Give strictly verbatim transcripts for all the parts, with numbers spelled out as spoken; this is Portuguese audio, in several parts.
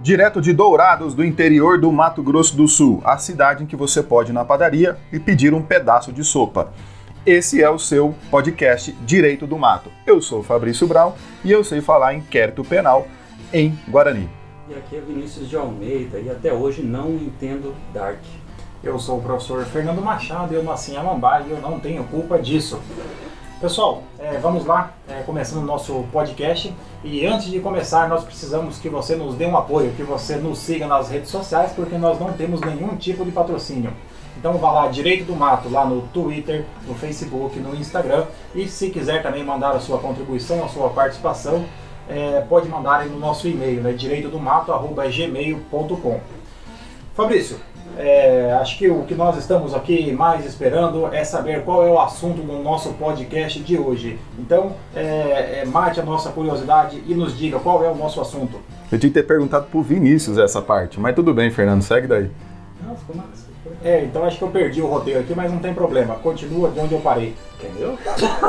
Direto de Dourados, do interior do Mato Grosso do Sul, a cidade em que você pode ir na padaria e pedir um pedaço de sopa. Esse é o seu podcast Direito do Mato. Eu sou o Fabrício Brown e eu sei falar inquérito penal em Guarani. E aqui é Vinícius de Almeida e até hoje não entendo Dark. Eu sou o professor Fernando Machado e eu nasci em Amambai e eu não tenho culpa disso. Pessoal, é, vamos lá, é, começando o nosso podcast. E antes de começar, nós precisamos que você nos dê um apoio, que você nos siga nas redes sociais, porque nós não temos nenhum tipo de patrocínio. Então vá lá, Direito do Mato, lá no Twitter, no Facebook, no Instagram. E se quiser também mandar a sua contribuição, a sua participação, é, pode mandar aí no nosso e-mail, né, direito do mato arroba gmail ponto com. Fabrício, é, acho que o que nós estamos aqui mais esperando é saber qual é o assunto do nosso podcast de hoje. Então, é, é, mate a nossa curiosidade e nos diga qual é o nosso assunto. Eu tinha que ter perguntado pro Vinícius essa parte, mas tudo bem, Fernando, segue daí. Não, ficou massa. É, então acho que eu perdi o roteiro aqui, mas não tem problema. Continua de onde eu parei. Entendeu?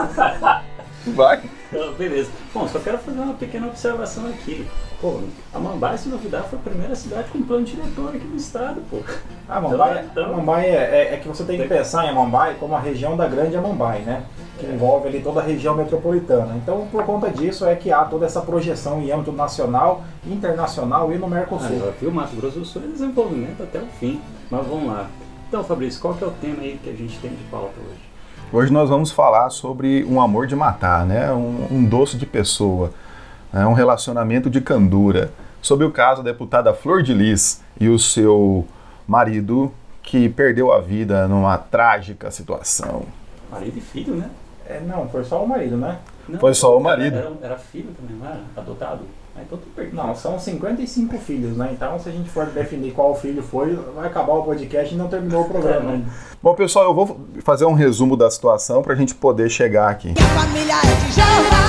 Vai. Então, beleza. Bom, só quero fazer uma pequena observação aqui. Pô, Amambai, se duvidar, foi a primeira cidade com plano diretor aqui no estado, pô. Amambai, então, Amambai é, é, é que você tem que pensar em Amambai como a região da Grande Amambai, né? Que é. envolve ali toda a região metropolitana. Então, por conta disso, é que há toda essa projeção em âmbito nacional, internacional e no Mercosul. Ah, aqui o Mato Grosso do Sul é desenvolvimento até o fim. Mas vamos lá. Então, Fabrício, qual que é o tema aí que a gente tem de pauta hoje? Hoje nós vamos falar sobre um amor de matar, né? Um, um doce de pessoa, né? Um relacionamento de candura. Sobre o caso da deputada Flor de Lis e o seu marido que perdeu a vida numa trágica situação. Marido e filho, né? É, não, foi só o marido, né? Não, foi só o marido. Era, era filho também, não era? Adotado? Ah, então tô perdido. Não, são cinquenta e cinco filhos, né? Então, se a gente for definir qual filho foi, vai acabar o podcast e não terminou o programa ainda. Bom, pessoal, eu vou fazer um resumo da situação para a gente poder chegar aqui. Minha família é de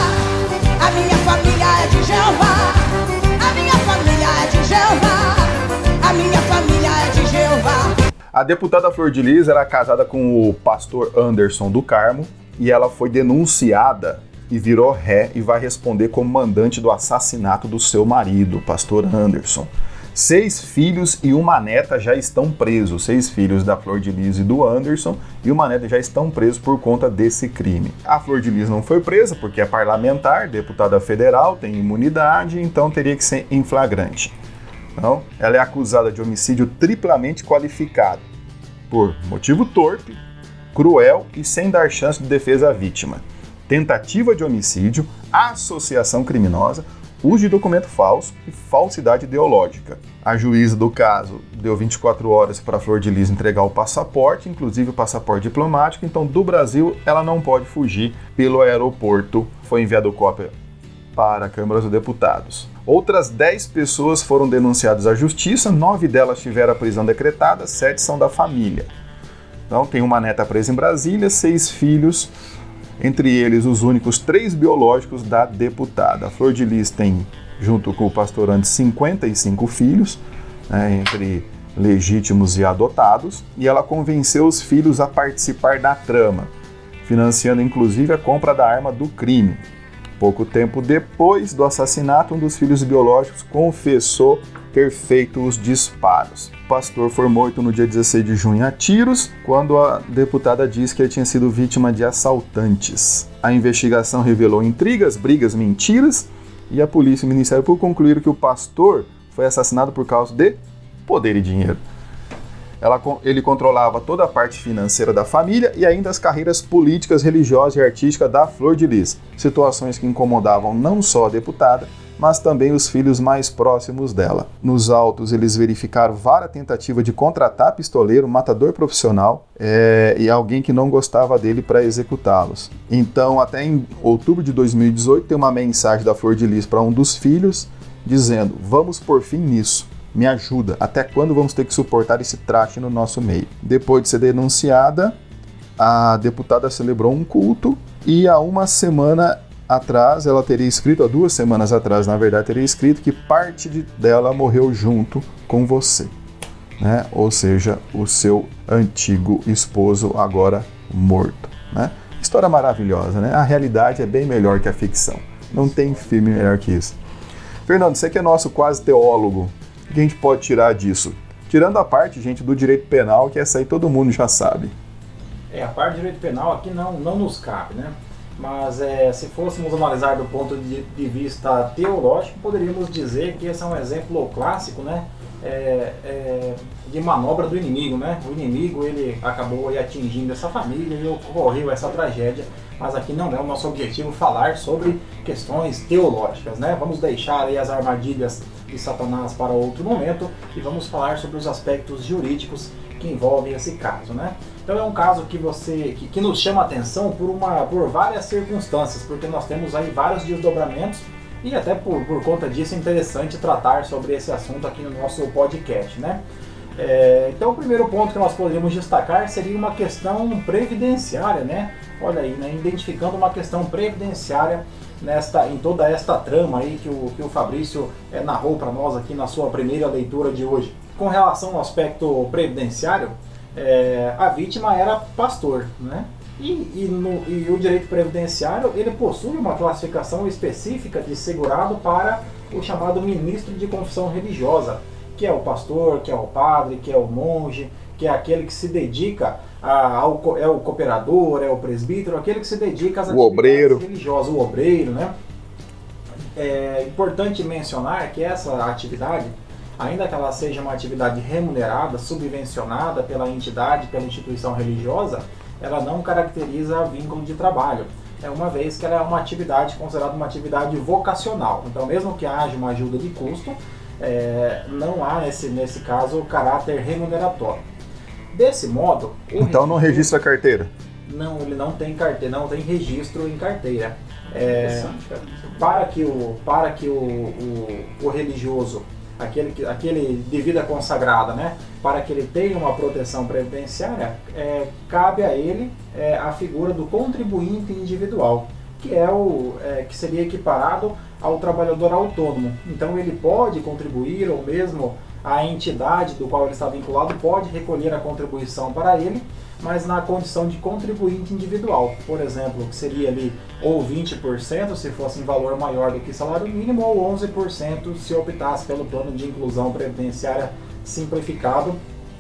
Jeová, a minha família é de Jeová, a minha família é de Jeová, a minha família é de Jeová. A deputada Flor de Lis era casada com o pastor Anderson do Carmo e ela foi denunciada e virou ré e vai responder como mandante do assassinato do seu marido, pastor Anderson. Seis filhos e uma neta já estão presos. Seis filhos da Flor de Lis e do Anderson e uma neta já estão presos por conta desse crime. A Flor de Lis não foi presa porque é parlamentar, deputada federal, tem imunidade, então teria que ser em flagrante. Então, ela é acusada de homicídio triplamente qualificado por motivo torpe, cruel e sem dar chance de defesa à vítima. Tentativa de homicídio, associação criminosa, uso de documento falso e falsidade ideológica. A juíza do caso deu vinte e quatro horas para a Flor de Lis entregar o passaporte, inclusive o passaporte diplomático, então do Brasil ela não pode fugir pelo aeroporto. Foi enviado cópia para a Câmara dos Deputados. Outras dez pessoas foram denunciadas à justiça, nove delas tiveram a prisão decretada, sete são da família. Então tem uma neta presa em Brasília, seis filhos, entre eles os únicos três biológicos da deputada. A Flor de Lis tem, junto com o pastor Anderson, cinquenta e cinco filhos, né, entre legítimos e adotados, e ela convenceu os filhos a participar da trama, financiando inclusive a compra da arma do crime. Pouco tempo depois do assassinato, um dos filhos biológicos confessou ter feito os disparos. O pastor foi morto no dia dezesseis de junho a tiros, quando a deputada disse que ele tinha sido vítima de assaltantes. A investigação revelou intrigas, brigas, mentiras, e a polícia e o Ministério Público concluíram que o pastor foi assassinado por causa de poder e dinheiro. Ela, ele controlava toda a parte financeira da família e ainda as carreiras políticas, religiosas e artísticas da Flor de Lis, situações que incomodavam não só a deputada, mas também os filhos mais próximos dela. Nos autos, eles verificaram várias tentativas de contratar pistoleiro, matador profissional é, e alguém que não gostava dele para executá-los. Então, até em outubro de dois mil e dezoito, tem uma mensagem da Flor de Lis para um dos filhos, dizendo: vamos por fim nisso. Me ajuda. Até quando vamos ter que suportar esse traste no nosso meio? Depois de ser denunciada, a deputada celebrou um culto e há uma semana atrás, ela teria escrito, há duas semanas atrás, na verdade, teria escrito que parte de, dela morreu junto com você, né? Ou seja, o seu antigo esposo agora morto, né? História maravilhosa, né? A realidade é bem melhor que a ficção. Não tem filme melhor que isso. Fernando, você que é nosso quase teólogo, O que a gente pode tirar disso? Tirando a parte, gente, do direito penal, que essa aí todo mundo já sabe. É, a parte do direito penal aqui não, não nos cabe, né? Mas é, se fôssemos analisar do ponto de, de vista teológico, poderíamos dizer que esse é um exemplo clássico, né? É, é, de manobra do inimigo, né? O inimigo, ele acabou aí atingindo essa família e ocorreu essa tragédia, mas aqui não é o nosso objetivo falar sobre questões teológicas, né? Vamos deixar aí as armadilhas de Satanás para outro momento e vamos falar sobre os aspectos jurídicos que envolvem esse caso, né? Então é um caso que você que, que nos chama a atenção por uma por várias circunstâncias, porque nós temos aí vários desdobramentos e até por, por conta disso é interessante tratar sobre esse assunto aqui no nosso podcast, né? É, então o primeiro ponto que nós poderíamos destacar seria uma questão previdenciária, né? Olha aí, né? Identificando uma questão previdenciária nesta, em toda esta trama aí que o, que o Fabrício é, narrou para nós aqui na sua primeira leitura de hoje. Com relação ao aspecto previdenciário, é, a vítima era pastor, né? E, e, no, e o direito previdenciário ele possui uma classificação específica de segurado para o chamado ministro de confissão religiosa, que é o pastor, que é o padre, que é o monge, que é aquele que se dedica a, ao é o cooperador, é o presbítero, aquele que se dedica às o atividades obreiro. religiosas, o obreiro, né? É importante mencionar que essa atividade, ainda que ela seja uma atividade remunerada, subvencionada pela entidade, pela instituição religiosa, ela não caracteriza vínculo de trabalho, é uma vez que ela é uma atividade considerada uma atividade vocacional. Então, mesmo que haja uma ajuda de custo, é, não há nesse, nesse caso caráter remuneratório. Desse modo, o então não registra carteira? Não, ele não tem carteira, não tem registro em carteira. É, para que o, para que o, o, o religioso, aquele, que, aquele de vida consagrada, né, para que ele tenha uma proteção previdenciária, é, cabe a ele é, a figura do contribuinte individual, que, é o, é, que seria equiparado ao trabalhador autônomo. Então ele pode contribuir, ou mesmo a entidade do qual ele está vinculado pode recolher a contribuição para ele, mas na condição de contribuinte individual. Por exemplo, que seria ali ou vinte por cento se fosse em valor maior do que salário mínimo, ou onze por cento se optasse pelo plano de inclusão previdenciária simplificado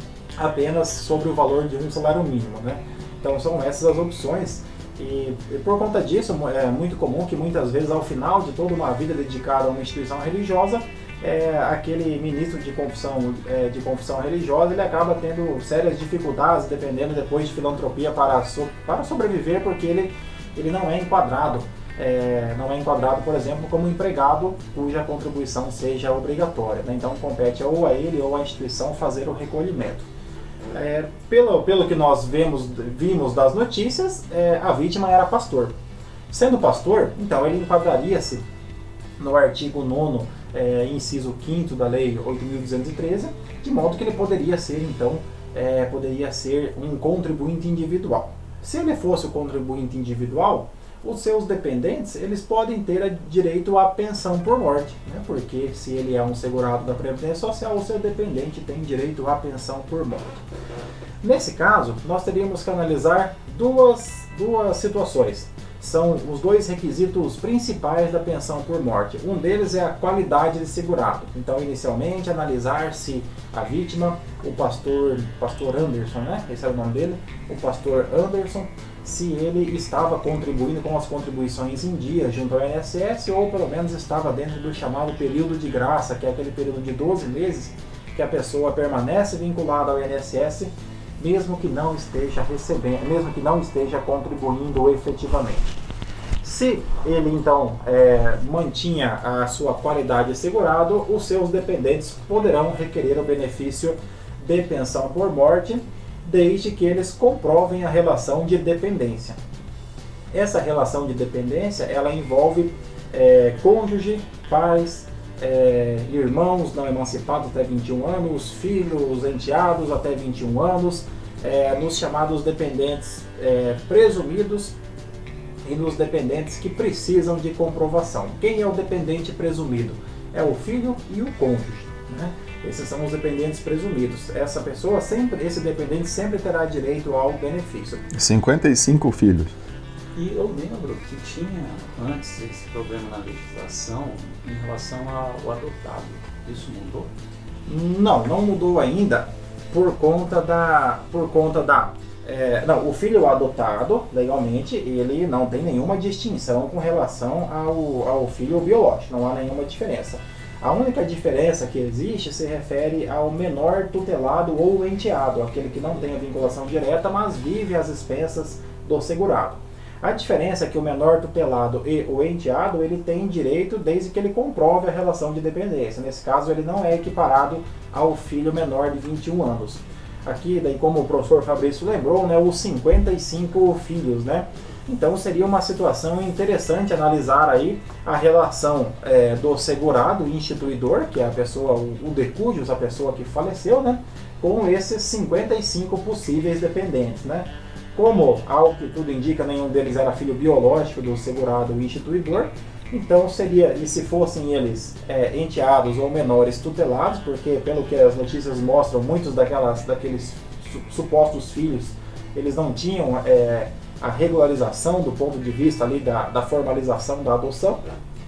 apenas sobre o valor de um salário mínimo, né? Então são essas as opções. E, e por conta disso, é muito comum que muitas vezes ao final de toda uma vida dedicada a uma instituição religiosa, é, aquele ministro de confissão, é, de confissão religiosa, ele acaba tendo sérias dificuldades, dependendo depois de filantropia para, so, para sobreviver, porque ele, ele não é enquadrado, é, não é enquadrado, por exemplo, como empregado cuja contribuição seja obrigatória, né? Então compete ou a ele ou à instituição fazer o recolhimento. É, pelo, pelo que nós vemos, vimos das notícias, é, a vítima era pastor. Sendo pastor, então ele enquadraria-se no artigo nono, é, inciso quinto da lei oito mil duzentos e treze, de modo que ele poderia ser, então, é, poderia ser um contribuinte individual. Se ele fosse o contribuinte individual, os seus dependentes eles podem ter direito à pensão por morte, né? Porque se ele é um segurado da Previdência Social, o seu dependente tem direito à pensão por morte. Nesse caso, nós teríamos que analisar duas, duas situações. São os dois requisitos principais da pensão por morte. Um deles é a qualidade de segurado. Então, inicialmente, analisar se a vítima, o pastor, pastor Anderson, né? Esse era o nome dele, o pastor Anderson, se ele estava contribuindo com as contribuições em dia junto ao I N S S, ou pelo menos estava dentro do chamado período de graça, que é aquele período de doze meses que a pessoa permanece vinculada ao I N S S, mesmo que não esteja recebendo, mesmo que não esteja contribuindo efetivamente. Se ele então é, mantinha a sua qualidade de segurado, os seus dependentes poderão requerer o benefício de pensão por morte, desde que eles comprovem a relação de dependência. Essa relação de dependência, ela envolve é, cônjuge, pais, é, irmãos não emancipados até vinte e um anos, filhos, enteados até vinte e um anos, é, nos chamados dependentes é, presumidos e nos dependentes que precisam de comprovação. Quem é o dependente presumido? É o filho e o cônjuge, né? Esses são os dependentes presumidos. Essa pessoa sempre, esse dependente sempre terá direito ao benefício. cinquenta e cinco filhos. E eu lembro que tinha antes esse problema na legislação em relação ao adotado. Isso mudou? Não, não mudou ainda por conta da... Por conta da é, não, o filho adotado, legalmente, ele não tem nenhuma distinção com relação ao, ao filho biológico, não há nenhuma diferença. A única diferença que existe se refere ao menor tutelado ou enteado, aquele que não tem a vinculação direta, mas vive às expensas do segurado. A diferença é que o menor tutelado e o enteado, ele tem direito desde que ele comprove a relação de dependência. Nesse caso, ele não é equiparado ao filho menor de vinte e um anos. Aqui, daí, como o professor Fabrício lembrou, né, os cinquenta e cinco filhos, né? Então seria uma situação interessante analisar aí a relação é, do segurado instituidor, que é a pessoa, o, o de cujos, a pessoa que faleceu, né, com esses cinquenta e cinco possíveis dependentes, né? Como, ao que tudo indica, nenhum deles era filho biológico do segurado instituidor, então seria, e se fossem eles é, enteados ou menores tutelados, porque pelo que as notícias mostram, muitos daquelas, daqueles su supostos filhos, eles não tinham é, a regularização do ponto de vista ali da, da formalização da adoção,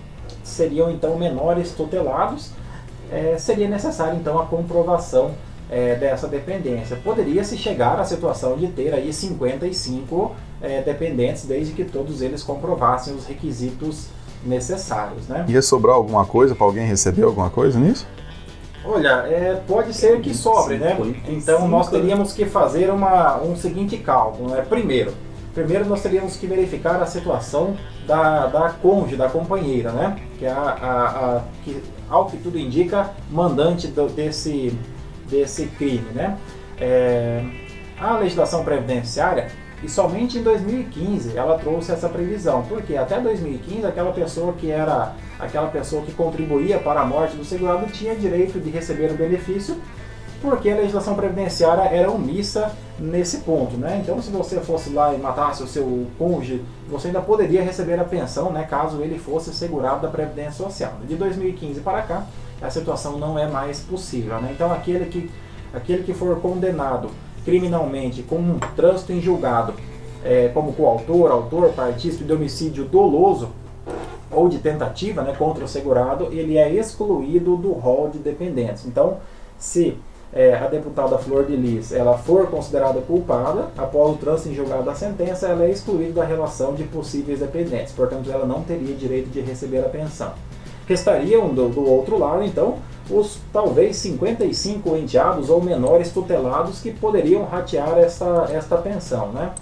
seriam então menores tutelados, é, seria necessário então a comprovação é, dessa dependência. Poderia-se chegar à situação de ter aí cinquenta e cinco é, dependentes, desde que todos eles comprovassem os requisitos necessários, né? Ia sobrar alguma coisa para alguém receber alguma coisa nisso? Olha, é, pode ser que sobre, né? Então nós teríamos que fazer uma, um seguinte cálculo, né? Primeiro, primeiro nós teríamos que verificar a situação da, da cônjuge, da companheira, né? Que é a, a, a que, ao que tudo indica, mandante do, desse, desse crime, né? É, a legislação previdenciária, e somente em dois mil e quinze ela trouxe essa previsão, porque até dois mil e quinze aquela pessoa que era aquela pessoa que contribuía para a morte do segurado tinha direito de receber o benefício, porque a legislação previdenciária era omissa nesse ponto, né? Então, se você fosse lá e matasse o seu cônjuge, você ainda poderia receber a pensão, né, caso ele fosse segurado da Previdência Social. De dois mil e quinze para cá, a situação não é mais possível, né? Então, aquele que, aquele que for condenado criminalmente com um trânsito em julgado, é, como coautor, autor, partícipe de homicídio doloso ou de tentativa, né, contra o segurado, ele é excluído do rol de dependentes. Então, se é, a deputada Flor de Lis ela for considerada culpada, após o trânsito em julgado da sentença, ela é excluída da relação de possíveis dependentes, portanto ela não teria direito de receber a pensão. Restariam do, do outro lado, então, os talvez cinquenta e cinco enteados ou menores tutelados que poderiam ratear esta, esta pensão, né?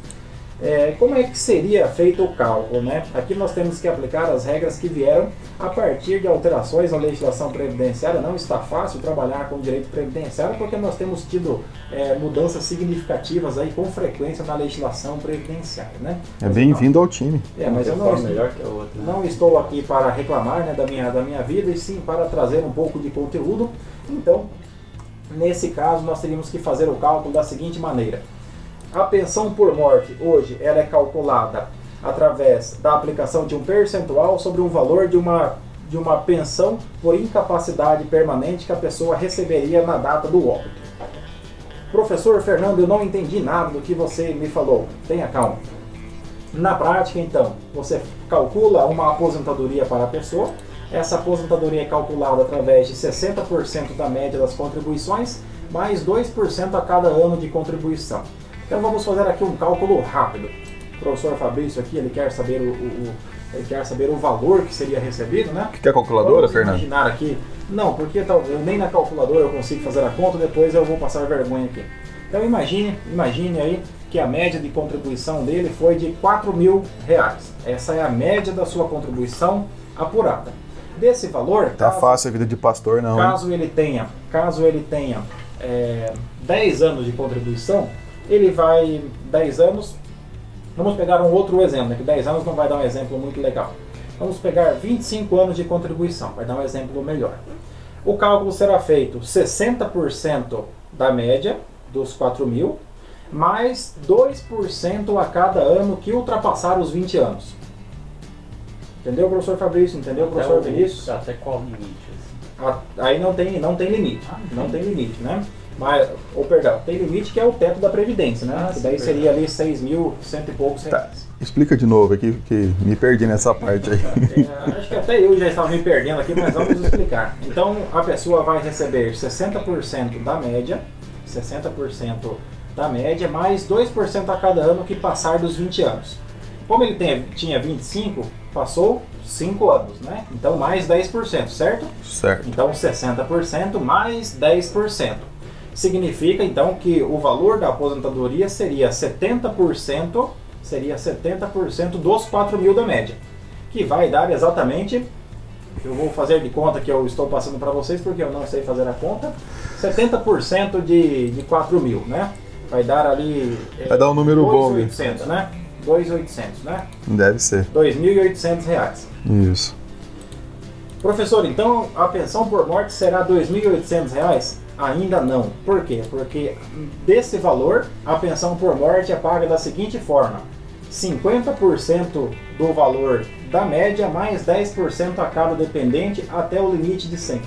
É, como é que seria feito o cálculo, né? Aqui nós temos que aplicar as regras que vieram a partir de alterações na legislação previdenciária. Não está fácil trabalhar com direito previdenciário porque nós temos tido é, mudanças significativas aí com frequência na legislação previdenciária, né? É bem-vindo ao time. É, mas eu não estou, melhor que a outra, né? não estou aqui para reclamar, né, da minha, da minha vida, e sim para trazer um pouco de conteúdo. Então, nesse caso, nós teríamos que fazer o cálculo da seguinte maneira. A pensão por morte, hoje, ela é calculada através da aplicação de um percentual sobre o valor de uma, de uma pensão por incapacidade permanente que a pessoa receberia na data do óbito. Professor Fernando, eu não entendi nada do que você me falou. Tenha calma. Na prática, então, você calcula uma aposentadoria para a pessoa. Essa aposentadoria é calculada através de sessenta por cento da média das contribuições, mais dois por cento a cada ano de contribuição. Então vamos fazer aqui um cálculo rápido. O professor Fabrício aqui, ele quer saber o, o, ele quer saber o valor que seria recebido, né? Quer calculadora, vamos Fernando? Imaginar aqui. Não, porque tal, eu, nem na calculadora eu consigo fazer a conta, depois eu vou passar vergonha aqui. Então imagine, imagine aí que a média de contribuição dele foi de quatro mil reais. Essa é a média da sua contribuição apurada. Desse valor... Tá caso, fácil a vida de pastor, não. Caso ele tenha, caso ele tenha é, dez anos de contribuição, ele vai, dez anos, vamos pegar um outro exemplo, né, que dez anos não vai dar um exemplo muito legal. Vamos pegar vinte e cinco anos de contribuição, vai dar um exemplo melhor. O cálculo será feito sessenta por cento da média dos quatro mil, mais dois por cento a cada ano que ultrapassar os vinte anos. Entendeu, professor Fabrício? Entendeu, Até professor o- Vinícius? Até qual limite? Assim? A- Aí não tem, não tem limite, Ah, não sim. tem limite, né? Mas, ou perdão, tem limite que é o teto da Previdência, né? Ah, que sim, daí verdade. seria ali seis mil, cento e poucos Tá. reais. Explica de novo aqui, que me perdi nessa parte aí. É, acho que até eu já estava me perdendo aqui, mas vamos explicar. Então, a pessoa vai receber sessenta por cento da média, sessenta por cento da média, mais dois por cento a cada ano que passar dos vinte anos. Como ele tem, tinha vinte e cinco, passou cinco anos, né? Então, mais dez por cento, certo? Certo. Então, sessenta por cento mais dez por cento. Significa, então, que o valor da aposentadoria seria setenta por cento, seria setenta por cento dos quatro mil da média, que vai dar exatamente, eu vou fazer de conta que eu estou passando para vocês porque eu não sei fazer a conta, setenta por cento de, de quatro mil, né? Vai dar ali... Vai dar um número bom, dois mil e oitocentos, né? dois mil e oitocentos, né? Deve ser. dois mil e oitocentos reais. Isso. Professor, então a pensão por morte será dois mil e oitocentos reais? Ainda não. Por quê? Porque desse valor, a pensão por morte é paga da seguinte forma: cinquenta por cento do valor da média, mais dez por cento a cada dependente até o limite de cem.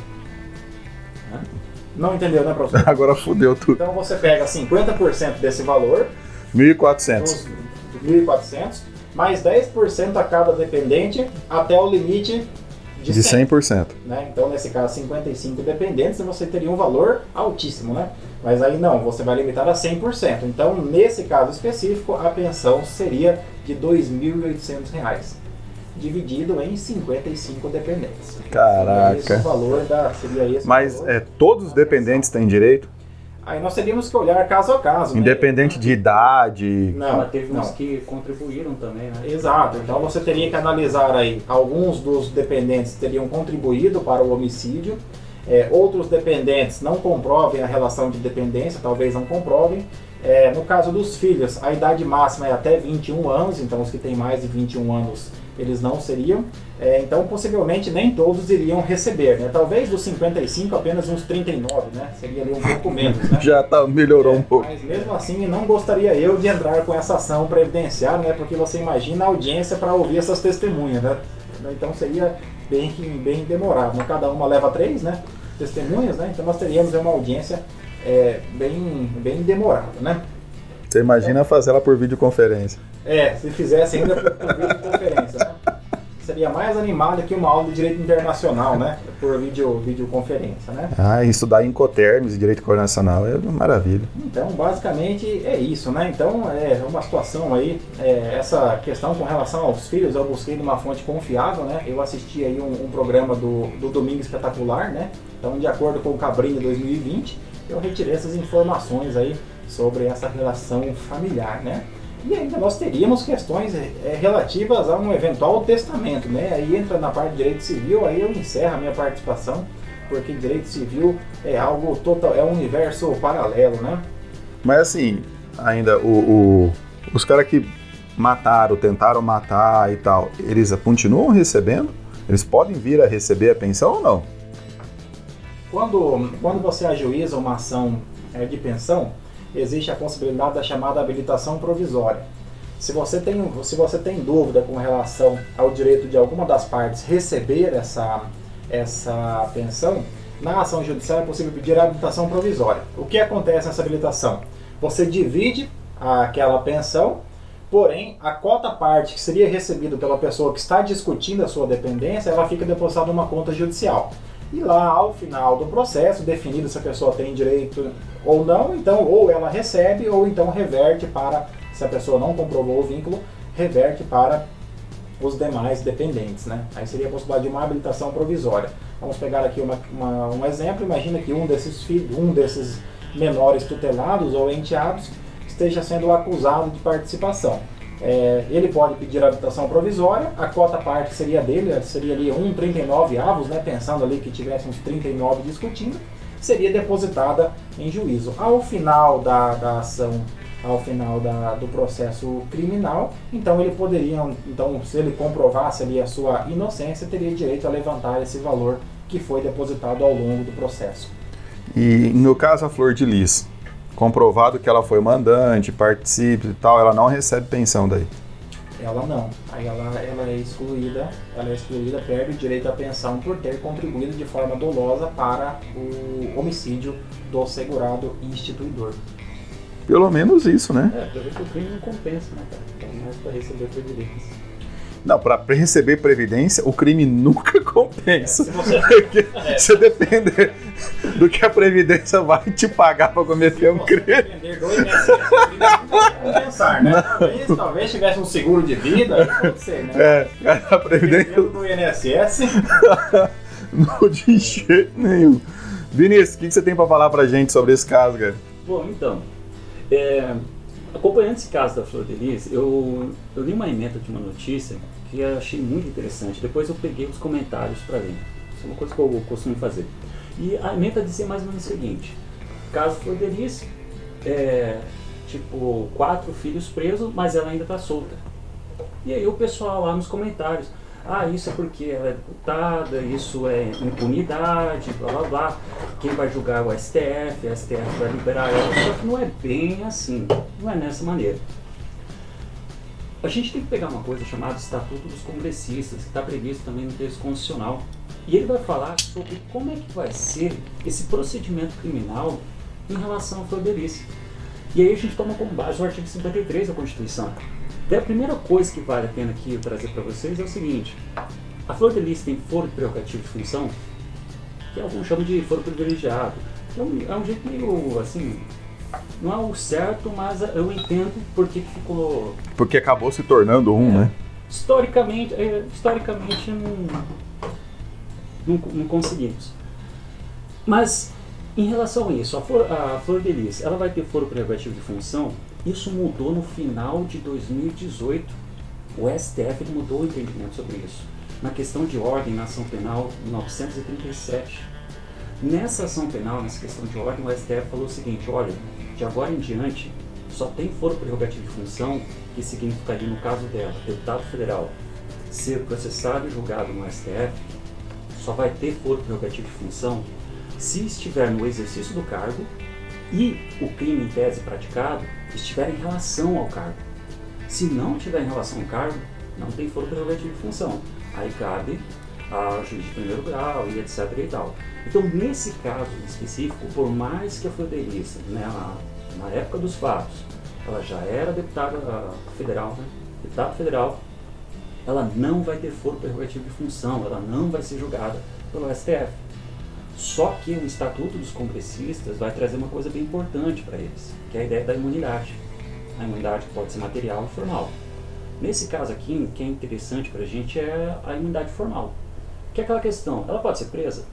Não entendeu, né, professor? Agora fudeu tudo. Então você pega cinquenta por cento desse valor, mil e quatrocentos. dos mil e quatrocentos, mais dez por cento a cada dependente até o limite de, De cem. cem por cento. Né? Então, nesse caso, cinquenta e cinco dependentes, você teria um valor altíssimo, né? Mas aí não, você vai limitar a cem por cento. Então, nesse caso específico, a pensão seria de dois mil e oitocentos reais, dividido em cinquenta e cinco dependentes. Caraca. Seria esse o valor da... Seria esse Mas valor é, todos os dependentes têm direito? Aí nós teríamos que olhar caso a caso. Independente né? de idade. Não, Mas teve uns não. que contribuíram também, né? Exato, então você teria que analisar aí, alguns dos dependentes teriam contribuído para o homicídio, é, outros dependentes não comprovem a relação de dependência, talvez não comprovem. É, no caso dos filhos, a idade máxima é até vinte e um anos, então os que têm mais de vinte e um anos, eles não seriam. É, então, possivelmente, nem todos iriam receber, né? Talvez dos cinquenta e cinco, apenas uns trinta e nove, né? Seria ali um pouco menos, né? Já tá, melhorou É, um pouco. Mas mesmo assim, não gostaria eu de entrar com essa ação previdenciária, né? Porque você imagina a audiência para ouvir essas testemunhas, né? Então seria bem, bem demorado, né? Cada uma leva três, né? Testemunhas, né? Então nós teríamos uma audiência é, bem, bem demorada, né? Você imagina fazer ela por videoconferência. É, se fizesse ainda por, por videoconferência, né? Seria mais animado que uma aula de direito internacional, né? Por vídeo, videoconferência, né? Ah, estudar Incoterms e direito internacional é uma maravilha. Então, basicamente é isso, né? Então, é uma situação aí, é, essa questão com relação aos filhos, eu busquei numa fonte confiável, né? Eu assisti aí um, um programa do, do Domingo Espetacular, né? Então, de acordo com o Cabrinho dois mil e vinte, eu retirei essas informações aí sobre essa relação familiar, né? E ainda nós teríamos questões é, relativas a um eventual testamento, né? Aí entra na parte de direito civil, aí eu encerro a minha participação, porque direito civil é algo total, é um universo paralelo, né? Mas assim, ainda o, o- os caras que mataram, tentaram matar e tal, eles continuam recebendo? Eles podem vir a receber a pensão ou não? Quando, quando você ajuiza uma ação é, de pensão, existe a possibilidade da chamada habilitação provisória. Se você tem, se você tem dúvida com relação ao direito de alguma das partes receber essa, essa pensão, na ação judicial é possível pedir a habilitação provisória. O que acontece nessa habilitação? Você divide aquela pensão, porém a cota parte que seria recebida pela pessoa que está discutindo a sua dependência, ela fica depositada numa conta judicial. E lá, ao final do processo, definido se a pessoa tem direito ou não, então ou ela recebe ou então reverte para, se a pessoa não comprovou o vínculo, reverte para os demais dependentes, né? Aí seria a possibilidade de uma habilitação provisória. Vamos pegar aqui uma, uma, um exemplo. Imagina que um desses, filhos, um desses menores tutelados ou enteados esteja sendo acusado de participação. É, ele pode pedir a habilitação provisória, a cota parte seria dele, seria ali um vírgula trinta e nove avos, né, pensando ali que tivesse uns trinta e nove discutindo, seria depositada em juízo. Ao final da, da ação, ao final da, do processo criminal, então ele poderia, então, se ele comprovasse ali a sua inocência, teria direito a levantar esse valor que foi depositado ao longo do processo. E no caso a Flor de Lis, comprovado que ela foi mandante, participe e tal, ela não recebe pensão daí. Ela não. Aí ela, ela é excluída, ela é excluída, perde o direito à pensão por ter contribuído de forma dolosa para o homicídio do segurado instituidor. Pelo menos isso, né? É, pra ver que o crime não compensa, né, cara? Então, mais pra receber previdência. Não, para receber previdência, o crime nunca compensa. É, se você... Porque É. você depende do que a previdência vai te pagar para cometer um crime. Depender do I N S S, o crime não compensar, né? Talvez, talvez tivesse um seguro de vida, aí pode ser, né? É, a previdência Dependendo do I N S S. não de jeito nenhum. Vinícius, o que você tem para falar pra gente sobre esse caso, cara? Bom, então, é, acompanhando esse caso da Flor de Lis, eu, eu li uma emenda de uma notícia que eu achei muito interessante. Depois eu peguei os comentários para ler. Isso é uma coisa que eu costumo fazer. E a emenda dizia mais ou menos o seguinte: caso Flor de Lis, é, tipo, quatro filhos presos, mas ela ainda está solta. E aí o pessoal lá nos comentários: ah, isso é porque ela é deputada, isso é impunidade, blá blá blá. Quem vai julgar é o S T F, o S T F vai liberar ela. Só que não é bem assim, não é nessa maneira. A gente tem que pegar uma coisa chamada Estatuto dos Congressistas, que está previsto também no texto constitucional. E ele vai falar sobre como é que vai ser esse procedimento criminal em relação à Flor de Lis. E aí a gente toma como base o artigo cinquenta e três da Constituição. Daí a primeira coisa que vale a pena aqui eu trazer para vocês é o seguinte: a Flor de Lis tem foro de prerrogativa de função, que alguns chamam de foro privilegiado. É um, é um jeito meio assim, não é o certo, mas eu entendo porque que ficou... Porque acabou se tornando um, É. né? Historicamente, é, historicamente não, não, não conseguimos. Mas, em relação a isso, a Flor, a Flor de Lis, ela vai ter foro prerrogativo de função. Isso mudou no final de dois mil e dezoito. O S T F mudou o entendimento sobre isso. Na questão de ordem na ação penal novecentos e trinta e sete. Nessa ação penal, nessa questão de ordem, o S T F falou o seguinte: olha, de agora em diante, só tem foro prerrogativo de função, que significaria, no caso dela, deputado federal, ser processado e julgado no S T F, só vai ter foro prerrogativo de função se estiver no exercício do cargo e o crime em tese praticado estiver em relação ao cargo. Se não estiver em relação ao cargo, não tem foro prerrogativo de função. Aí cabe a juiz de primeiro grau e etc e tal. Então, nesse caso específico, por mais que a Flor de Lis, né, na, na época dos fatos, ela já era deputada federal, né, deputada federal, ela não vai ter foro prerrogativo de função, ela não vai ser julgada pelo S T F. Só que o Estatuto dos Congressistas vai trazer uma coisa bem importante para eles, que é a ideia da imunidade. A imunidade pode ser material e formal. Nesse caso aqui, o que é interessante para a gente é a imunidade formal, que é aquela questão: ela pode ser presa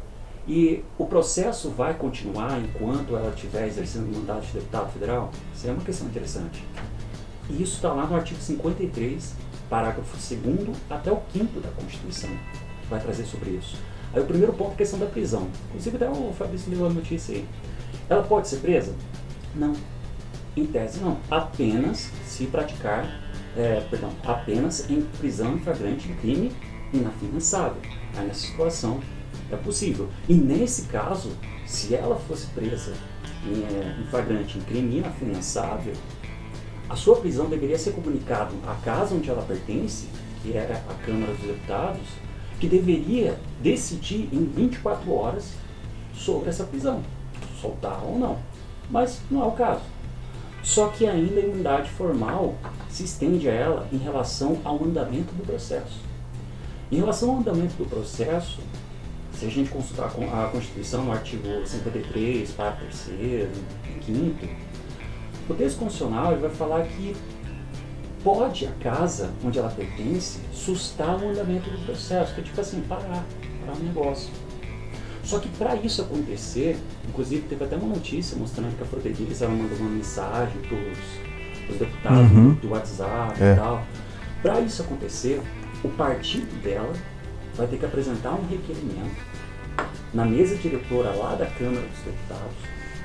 e o processo vai continuar enquanto ela estiver exercendo o mandato de deputado federal? Isso é uma questão interessante. E isso está lá no artigo cinquenta e três, parágrafo segundo até o quinto da Constituição, que vai trazer sobre isso. Aí o primeiro ponto é a questão da prisão. Inclusive até o Fabrício leu a notícia aí. Ela pode ser presa? Não. Em tese não. Apenas se praticar, é, perdão, apenas em prisão em flagrante de crime inafiançável. Aí nessa situação é possível. E nesse caso, se ela fosse presa em, é, em flagrante em crime inafiançável, a sua prisão deveria ser comunicada à casa onde ela pertence, que é a Câmara dos Deputados, que deveria decidir em vinte e quatro horas sobre essa prisão, soltar ou não. Mas não é o caso. Só que ainda a imunidade formal se estende a ela em relação ao andamento do processo. Em relação ao andamento do processo, se a gente consultar a Constituição no artigo cinquenta e três, parágrafo terceiro, quinto, o texto constitucional ele vai falar que pode a casa onde ela pertence sustar o andamento do processo, que é tipo assim, parar, parar o negócio. Só que para isso acontecer, inclusive teve até uma notícia mostrando que a Flor de Lis ela mandou uma mensagem para os deputados Uhum. do WhatsApp É. e tal. Para isso acontecer, o partido dela vai ter que apresentar um requerimento na mesa diretora lá da Câmara dos Deputados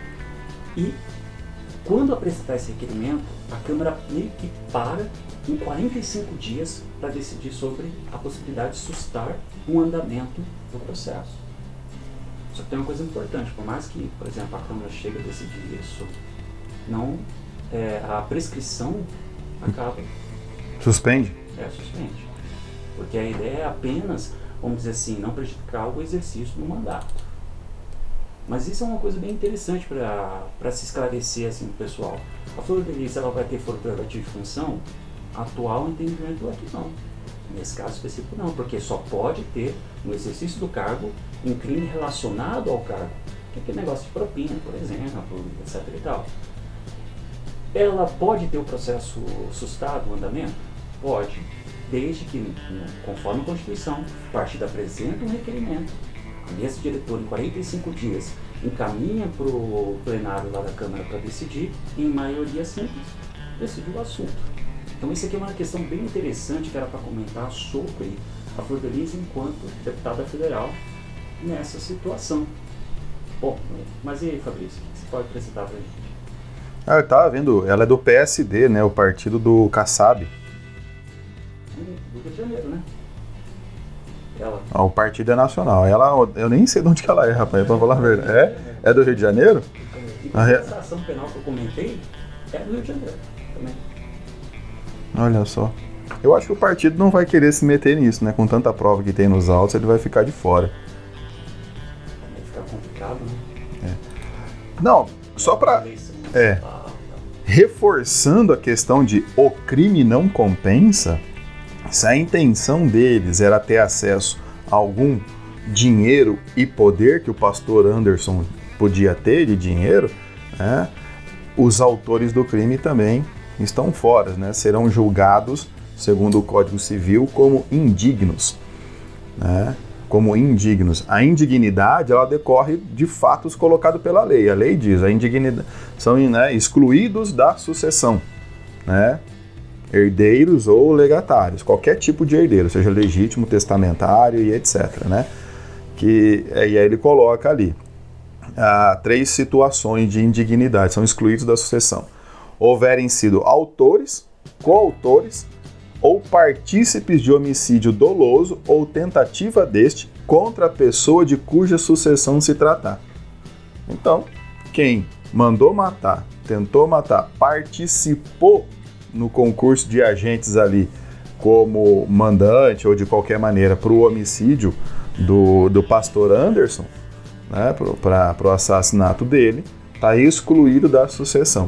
e quando apresentar esse requerimento, a Câmara meio que para em quarenta e cinco dias para decidir sobre a possibilidade de sustar um andamento do processo. Só que tem uma coisa importante: por mais que, por exemplo, a Câmara chegue a decidir isso, não, é, a prescrição acaba, Suspende? é, suspende. Porque a ideia é apenas, vamos dizer assim, não prejudicar o exercício do mandato. Mas isso é uma coisa bem interessante para se esclarecer assim, pro pessoal. A flor de lis, ela vai ter foro prerrogativo de função? Atual entendimento aqui não. Nesse caso específico não, porque só pode ter no exercício do cargo um crime relacionado ao cargo. Que é aquele negócio de propina, por exemplo, etc e tal. Ela pode ter o processo sustado, o andamento? Pode, desde que, conforme a Constituição, a partida apresenta um requerimento, a mesa diretora em quarenta e cinco dias encaminha para o plenário lá da Câmara para decidir, em maioria simples, decide o assunto. Então isso aqui é uma questão bem interessante que era para comentar sobre a Flor de Lis enquanto deputada federal nessa situação. Bom, mas e aí, Fabrício, o que você pode apresentar para a gente? Ah, eu estava vendo, ela é do P S D, né, o partido do Kassab. Do Rio de Janeiro, né? Ela. Ah, o partido é nacional. Ela, eu nem sei de onde que ela é, rapaz, pra falar a verdade. É? É do Rio de Janeiro? E Ah, é. essa ação penal que eu comentei é do Rio de Janeiro também. Olha só. Eu acho que o partido não vai querer se meter nisso, né? Com tanta prova que tem nos autos, ele vai ficar de fora. Vai ficar complicado, né? Não, só pra... É. Reforçando a questão de o crime não compensa, se a intenção deles era ter acesso a algum dinheiro e poder que o pastor Anderson podia ter de dinheiro, né, os autores do crime também estão fora, né, serão julgados, segundo o Código Civil, como indignos, né, como indignos. A indignidade, ela decorre de fatos colocados pela lei. A lei diz, a indignidade são, né, excluídos da sucessão, né, herdeiros ou legatários, qualquer tipo de herdeiro, seja legítimo, testamentário e etcétera, né, que, e aí ele coloca ali ah, três situações de indignidade, são excluídos da sucessão. Houverem sido autores, coautores ou partícipes de homicídio doloso ou tentativa deste contra a pessoa de cuja sucessão se tratar. Então, quem mandou matar, tentou matar, participou no concurso de agentes ali como mandante ou de qualquer maneira para o homicídio do, do pastor Anderson, né, para o assassinato dele, está excluído da sucessão.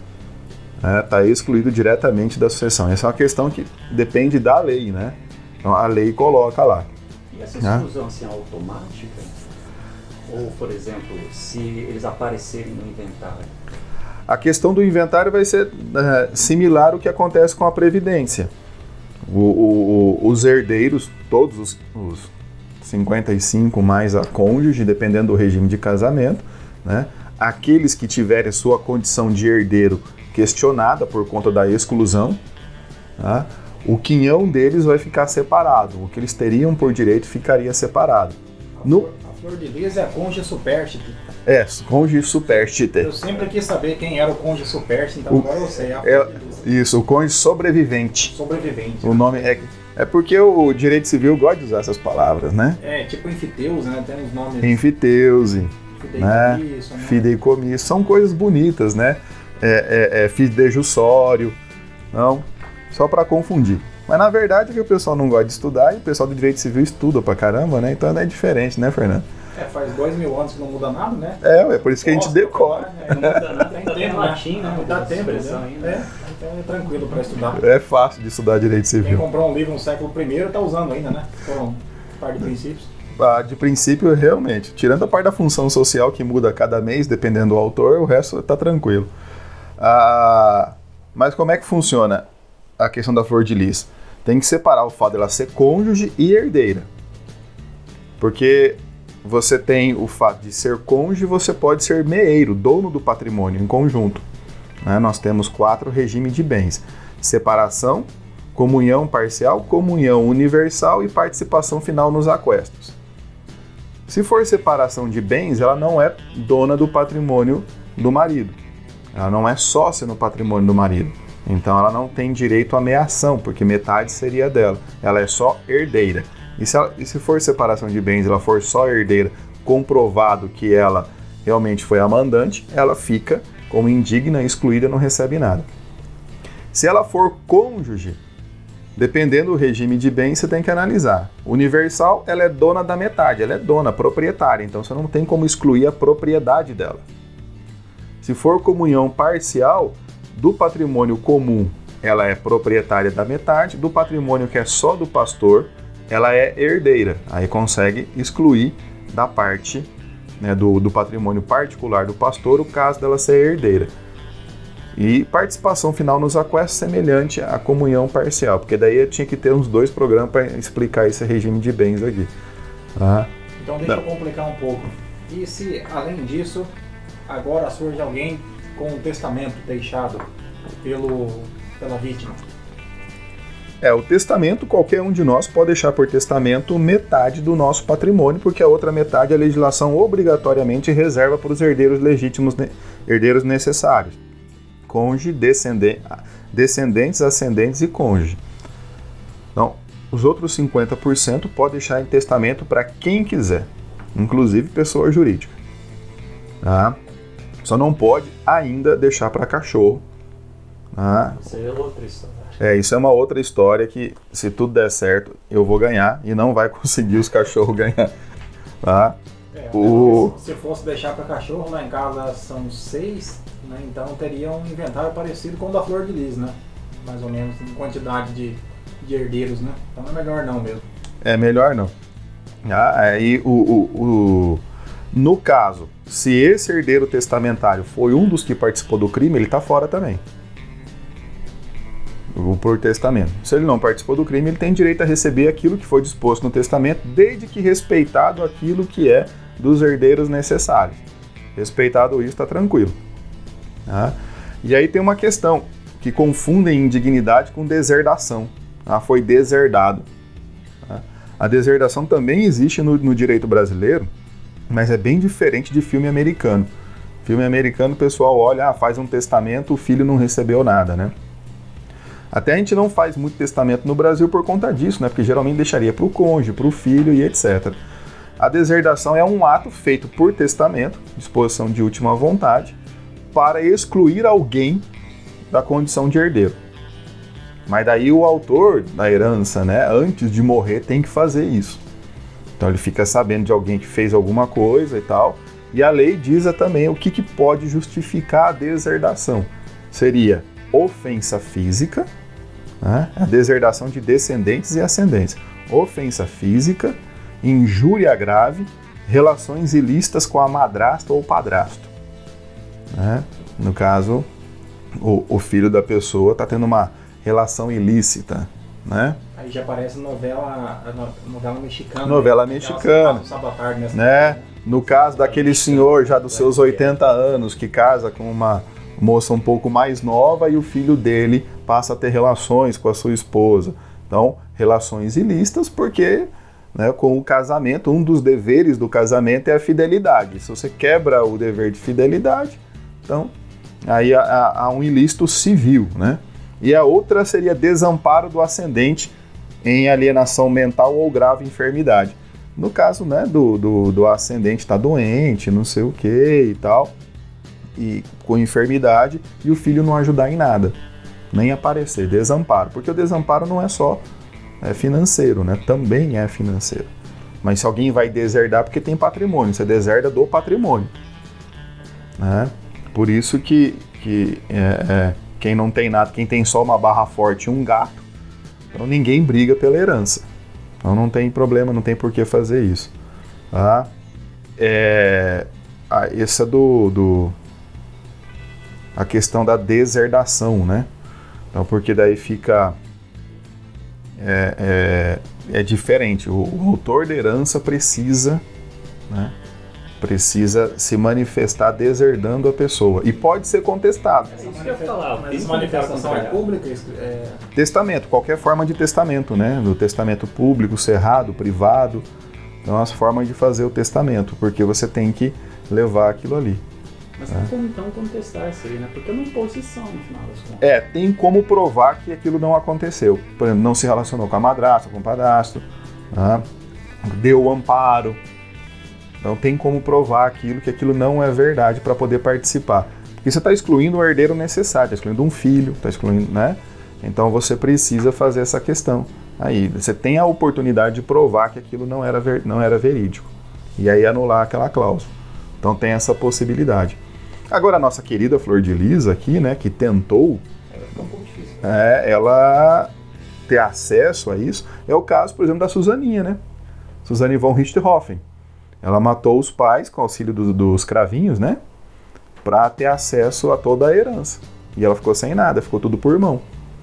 Está é, excluído diretamente da sucessão. Essa é uma questão que depende da lei, né? Então a lei coloca lá. E essa exclusão né? assim, automática? Ou, por exemplo, se eles aparecerem no inventário? A questão do inventário vai ser é, similar ao que acontece com a Previdência. O, o, o, os herdeiros, todos os, os cinquenta e cinco mais a cônjuge, dependendo do regime de casamento, né? Aqueles que tiverem sua condição de herdeiro questionada por conta da exclusão, tá? O quinhão deles vai ficar separado, o que eles teriam por direito ficaria separado. No... A Flor de Lis é a cônjuge supérstite. É, cônjuge supérstite. Eu sempre quis saber quem era o cônjuge supérstite, então o... agora eu sei. A é... Isso, o cônjuge sobrevivente. Sobrevivente. O nome é... É porque o direito civil gosta de usar essas palavras, né? É, tipo enfiteuse, né? Tem uns nomes... Enfiteuse, né? né? Fideicomisso, são coisas bonitas, né? É, é, é fidejussório, não, só para confundir. Mas na verdade é que o pessoal não gosta de estudar e o pessoal do direito civil estuda pra caramba, né? Então é diferente, né, Fernando? É, faz dois mil anos que não muda nada, né? É, é por isso que Nossa, a gente decora. É, não muda nada, tem tempo, né? Latim, né? Não dá tempo, né? ainda. É, então é tranquilo para estudar. É fácil de estudar direito Quem civil. comprou um livro no século primeiro tá usando ainda, né? Foram um par de princípios. Ah, de princípio, realmente. Tirando a parte da função social que muda cada mês, dependendo do autor, o resto tá tranquilo. Ah, mas como é que funciona a questão da Flor de Lis? Tem que separar o fato dela ser cônjuge e herdeira. Porque você tem o fato de ser cônjuge, você pode ser meeiro, dono do patrimônio em conjunto. Né? Nós temos quatro regimes de bens: separação, comunhão parcial, comunhão universal e participação final nos aquestos. Se for separação de bens, ela não é dona do patrimônio do marido. Ela não é sócia no patrimônio do marido. Então ela não tem direito à meação, porque metade seria dela. Ela é só herdeira. E se, ela, e se for separação de bens, ela for só herdeira, comprovado que ela realmente foi a mandante, ela fica como indigna, excluída, não recebe nada. Se ela for cônjuge, Dependendo do regime de bens, você tem que analisar. Universal, ela é dona da metade, ela é dona, proprietária, então você não tem como excluir a propriedade dela. Se for comunhão parcial, do patrimônio comum, ela é proprietária da metade, do patrimônio que é só do pastor, ela é herdeira. Aí consegue excluir da parte, né, do, do patrimônio particular do pastor o caso dela ser herdeira. E participação final nos aquestos semelhante à comunhão parcial, porque daí eu tinha que ter uns dois programas para explicar esse regime de bens aqui. Ah, então deixa não. eu complicar um pouco. E se, além disso, agora surge alguém com um testamento deixado pelo, pela vítima? É, o testamento, qualquer um de nós pode deixar por testamento metade do nosso patrimônio, porque a outra metade a legislação obrigatoriamente reserva para os herdeiros legítimos, herdeiros necessários. Cônjuge, descendente, descendentes, ascendentes e cônjuge. Então, os outros cinquenta por cento pode deixar em testamento para quem quiser, inclusive pessoa jurídica. Tá? Só não pode ainda deixar para cachorro. Tá? Isso é outra história. É, isso é uma outra história que, se tudo der certo, eu vou ganhar e não vai conseguir os cachorros ganhar. Tá? É, o... Se fosse deixar para cachorro, lá em casa são seis, né? Então teria um inventário parecido com o da Flor de Lis, né? Mais ou menos, em quantidade de, de herdeiros, né? Então não é melhor não mesmo. É melhor não. Ah, aí, o, o, o... No caso, se esse herdeiro testamentário foi um dos que participou do crime, ele está fora também. Por testamento. Se ele não participou do crime, ele tem direito a receber aquilo que foi disposto no testamento, desde que respeitado aquilo que é dos herdeiros necessários. Respeitado isso, está tranquilo. Tá? E aí tem uma questão, que confundem indignidade com deserdação. Tá? Foi deserdado. Tá? A deserdação também existe no, no direito brasileiro, mas é bem diferente de filme americano. Filme americano, o pessoal olha, ah, faz um testamento, o filho não recebeu nada, né? Até a gente não faz muito testamento no Brasil por conta disso, né? Porque geralmente deixaria para o cônjuge, para o filho e etcétera. A deserdação é um ato feito por testamento, disposição de última vontade, para excluir alguém da condição de herdeiro. Mas daí o autor da herança, né, antes de morrer, tem que fazer isso. Então ele fica sabendo de alguém que fez alguma coisa e tal, e a lei diz também o que, que pode justificar a deserdação. Seria ofensa física, né? A deserdação de descendentes e ascendentes. Ofensa física, injúria grave, relações ilícitas com a madrasta ou padrasto. Né? No caso, o, o filho da pessoa está tendo uma relação ilícita. Né? Aí já aparece novela, novela mexicana. Novela né? mexicana. Sabatar, né? Né? No caso daquele senhor já dos seus oitenta anos que casa com uma moça um pouco mais nova e o filho dele passa a ter relações com a sua esposa. Então, relações ilícitas porque, né, com o casamento, um dos deveres do casamento é a fidelidade. Se você quebra o dever de fidelidade, então aí há, há um ilícito civil, né? E a outra seria desamparo do ascendente em alienação mental ou grave enfermidade. No caso, né, do, do, do ascendente estar tá doente, não sei o que e tal, e com enfermidade, e o filho não ajudar em nada, nem aparecer, desamparo, porque o desamparo não é só é financeiro, né? Também é financeiro. Mas se alguém vai deserdar porque tem patrimônio, você deserda do patrimônio, né? Por isso que, que é, é, quem não tem nada, quem tem só uma barra forte e um gato, então ninguém briga pela herança, então não tem problema, não tem por que fazer isso, tá? É, essa do, do a questão da deserdação, né? Então, porque daí fica é, é, é diferente. O, o autor da herança precisa, né, precisa se manifestar deserdando a pessoa e pode ser contestado. É isso que eu ia falar. Mas essa manifestação é pública? É... Testamento, qualquer forma de testamento, né? Do testamento público, cerrado, privado. Então, as formas de fazer o testamento, porque você tem que levar aquilo ali. Mas tem como então contestar isso aí, né? Porque é uma imposição no final das contas. É, tem como provar que aquilo não aconteceu. Por exemplo, não se relacionou com a madrasta, com o padrasto, né? Deu amparo. Então tem como provar aquilo, que aquilo não é verdade para poder participar. Porque você está excluindo o herdeiro necessário, está excluindo um filho, está excluindo, né? Então você precisa fazer essa questão. Aí você tem a oportunidade de provar que aquilo não era, ver, não era verídico. E aí anular aquela cláusula. Então tem essa possibilidade. Agora a nossa querida Flor de Lis aqui, né, que tentou É um pouco difícil. é, ela ter acesso a isso, é o caso, por exemplo, da Suzaninha, né? Suzane von Richthofen. Ela matou os pais com auxílio do, dos cravinhos, né? Para ter acesso a toda a herança. E ela ficou sem nada, ficou tudo por mão.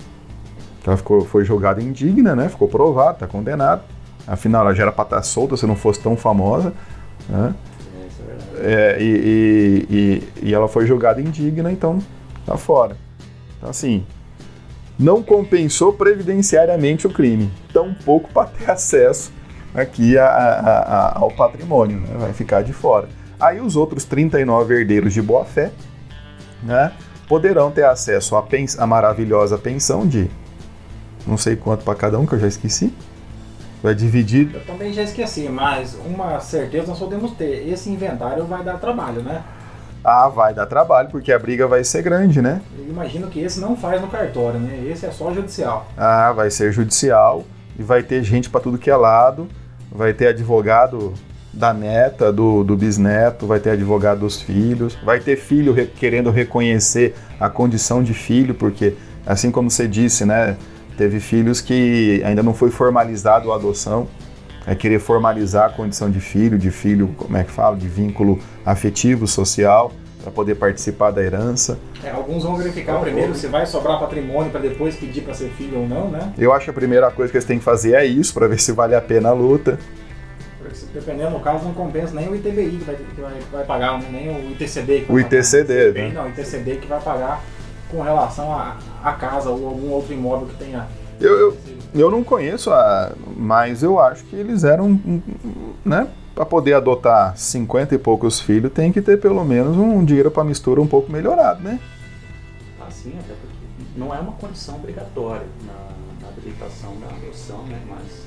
Ela ficou, foi julgada indigna, né? Ficou provada, está condenada. Afinal, ela já era para estar solta se não fosse tão famosa. Né? É, isso é verdade. É, e, e, e, e ela foi julgada indigna, então tá fora. Então, assim, não compensou previdenciariamente o crime, tampouco para ter acesso aqui a, a, a, ao patrimônio, né? Vai ficar de fora. Aí os outros trinta e nove herdeiros de boa-fé, né, poderão ter acesso à, pens- à maravilhosa pensão de não sei quanto para cada um, que eu já esqueci. Vai dividir. Eu também já esqueci, mas uma certeza nós podemos ter. Esse inventário vai dar trabalho, né? Ah, vai dar trabalho, porque a briga vai ser grande, né? Eu imagino que esse não faz no cartório, né? Esse é só judicial. Ah, vai ser judicial e vai ter gente para tudo que é lado. Vai ter advogado da neta, do, do bisneto, vai ter advogado dos filhos, vai ter filho re- querendo reconhecer a condição de filho, porque, assim como você disse, né, teve filhos que ainda não foi formalizado a adoção, é querer formalizar a condição de filho, de filho, como é que fala, de vínculo afetivo, social, para poder participar da herança. É, alguns vão verificar primeiro se vai sobrar patrimônio para depois pedir para ser filho ou não, né? Eu acho que a primeira coisa que eles têm que fazer é isso, para ver se vale a pena a luta. Porque, se dependendo do caso, não compensa nem o I T B I que vai, que vai, vai pagar, nem o I T C D. Que O vai I T C D, pagar. né? Não, o I T C D que vai pagar com relação à à casa ou algum outro imóvel que tenha. Eu, eu, eu não conheço, a, mas eu acho que eles eram, um, né, para poder adotar cinquenta e poucos filhos, tem que ter pelo menos um dinheiro para mistura um pouco melhorado, né? Assim, até porque não é uma condição obrigatória na, na habilitação da adoção, né? Mas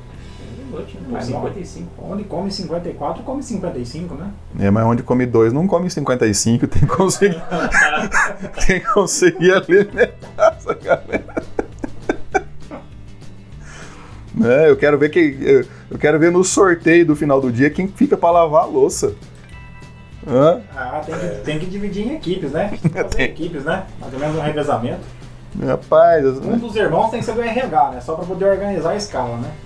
é um lote, né? Mas cinquenta e cinco. Onde come cinquenta e quatro, come cinquenta e cinco, né? É, mas onde come dois, não come cinquenta e cinco, tem que conseguir, tem que conseguir alimentar essa galera. É, eu quero ver que eu, eu quero ver no sorteio do final do dia quem fica para lavar a louça. Hã? Ah, tem que, tem que dividir em equipes, né? Fazer Tem. equipes, né? Mais ou menos um revezamento. Rapaz, Um dos irmãos tem que ser do R H, né? Só para poder organizar a escala, né?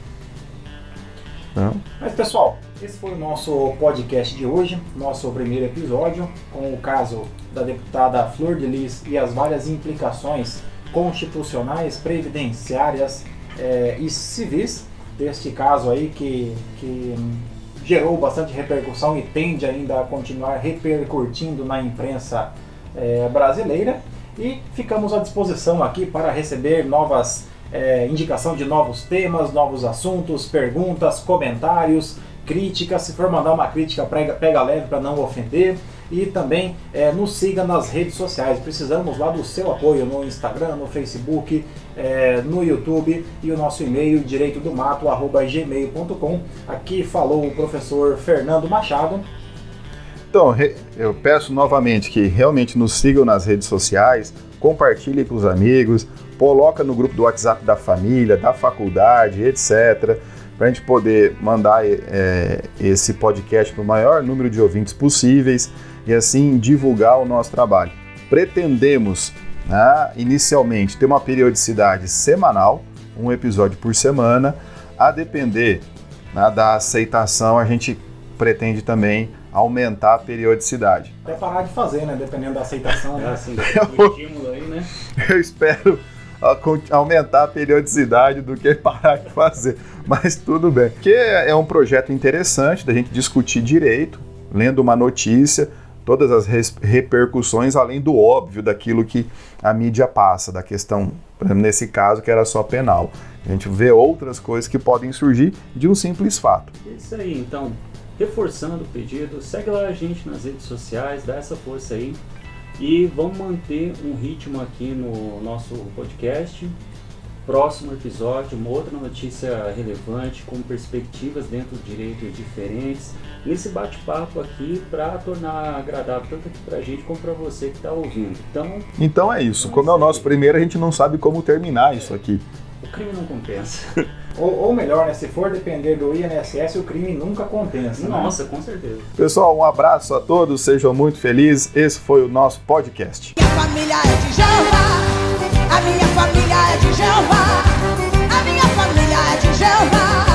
não. Mas pessoal, esse foi o nosso podcast de hoje, nosso primeiro episódio, com o caso da deputada Flor de Lis e as várias implicações constitucionais, previdenciárias eh, e civis deste caso aí que, que gerou bastante repercussão e tende ainda a continuar repercutindo na imprensa eh, brasileira. E ficamos à disposição aqui para receber novas É, indicação de novos temas, novos assuntos, perguntas, comentários, críticas. Se for mandar uma crítica, pega, pega leve para não ofender. E também é, nos siga nas redes sociais. Precisamos lá do seu apoio no Instagram, no Facebook, é, no YouTube e o nosso e-mail direito do mato arroba gmail ponto com. Aqui falou o professor Fernando Machado. Então, eu peço novamente que realmente nos sigam nas redes sociais, compartilhem com os amigos, coloca no grupo do WhatsApp da família, da faculdade, etcétera, para a gente poder mandar é, esse podcast para o maior número de ouvintes possíveis e assim divulgar o nosso trabalho. Pretendemos, né, inicialmente, ter uma periodicidade semanal, um episódio por semana. A depender, né, da aceitação, a gente pretende também aumentar a periodicidade. Até parar de fazer, né? Dependendo da aceitação. É Né? assim, o estímulo aí, né? Eu espero aumentar a periodicidade do que parar de fazer, mas tudo bem. Porque é um projeto interessante da gente discutir direito, lendo uma notícia, todas as repercussões, além do óbvio daquilo que a mídia passa, da questão, por exemplo, nesse caso, que era só penal. A gente vê outras coisas que podem surgir de um simples fato. É isso aí, então, reforçando o pedido, segue lá a gente nas redes sociais, dá essa força aí. E vamos manter um ritmo aqui no nosso podcast. próximo episódio, uma outra notícia relevante, com perspectivas dentro do direito diferentes, nesse bate-papo aqui para tornar agradável tanto aqui para a gente como para você que está ouvindo. Então, então é isso. Como é o nosso primeiro, a gente não sabe como terminar isso aqui. O crime não compensa. Ou, ou melhor, né? Se for depender do I N S S, o crime nunca compensa. Nossa, né? com certeza. Pessoal, um abraço a todos, sejam muito felizes. Esse foi o nosso podcast. Minha família é de Jeová, a minha família é de Jeová, a minha família é de Jeová.